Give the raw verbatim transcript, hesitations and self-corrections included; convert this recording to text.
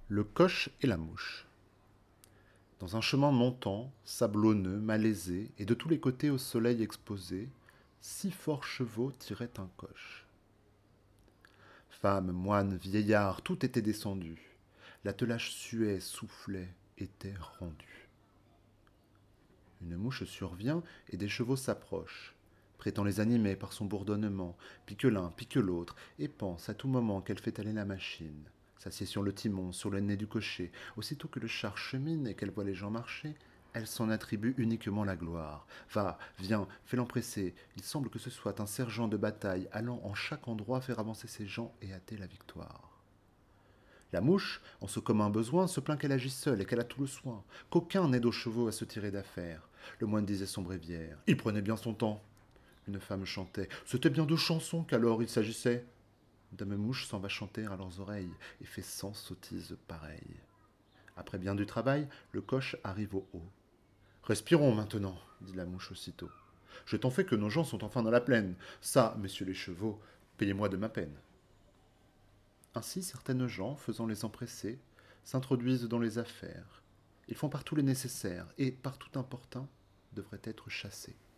Le coche et la mouche. Dans un chemin montant, sablonneux, malaisé, et de tous les côtés au soleil exposé, six forts chevaux tiraient un coche. Femmes, moines, vieillards, tout était descendu. L'attelage suait, soufflait, était rendu. Une mouche survient et des chevaux s'approchent, prétend les animer par son bourdonnement, pique l'un, pique l'autre, et pense à tout moment qu'elle fait aller la machine. S'assied sur le timon, sur le nez du cocher. Aussitôt que le char chemine et qu'elle voit les gens marcher, elle s'en attribue uniquement la gloire. Va, viens, fais l'empresser. Il semble que ce soit un sergent de bataille allant en chaque endroit faire avancer ses gens et hâter la victoire. La mouche, en ce commun besoin, se plaint qu'elle agit seule et qu'elle a tout le soin, qu'aucun n'aide aux chevaux à se tirer d'affaire. Le moine disait son bréviaire. Il prenait bien son temps. Une femme chantait. C'était bien de chansons qu'alors il s'agissait. Dame Mouche s'en va chanter à leurs oreilles et fait cent sottises pareilles. Après bien du travail, le coche arrive au haut. Respirons maintenant, dit la mouche aussitôt. Je t'en fais que nos gens sont enfin dans la plaine. Ça, messieurs les chevaux, payez-moi de ma peine. Ainsi, certaines gens, faisant les empressés, s'introduisent dans les affaires. Ils font partout les nécessaires et, par tout importun, devraient être chassés.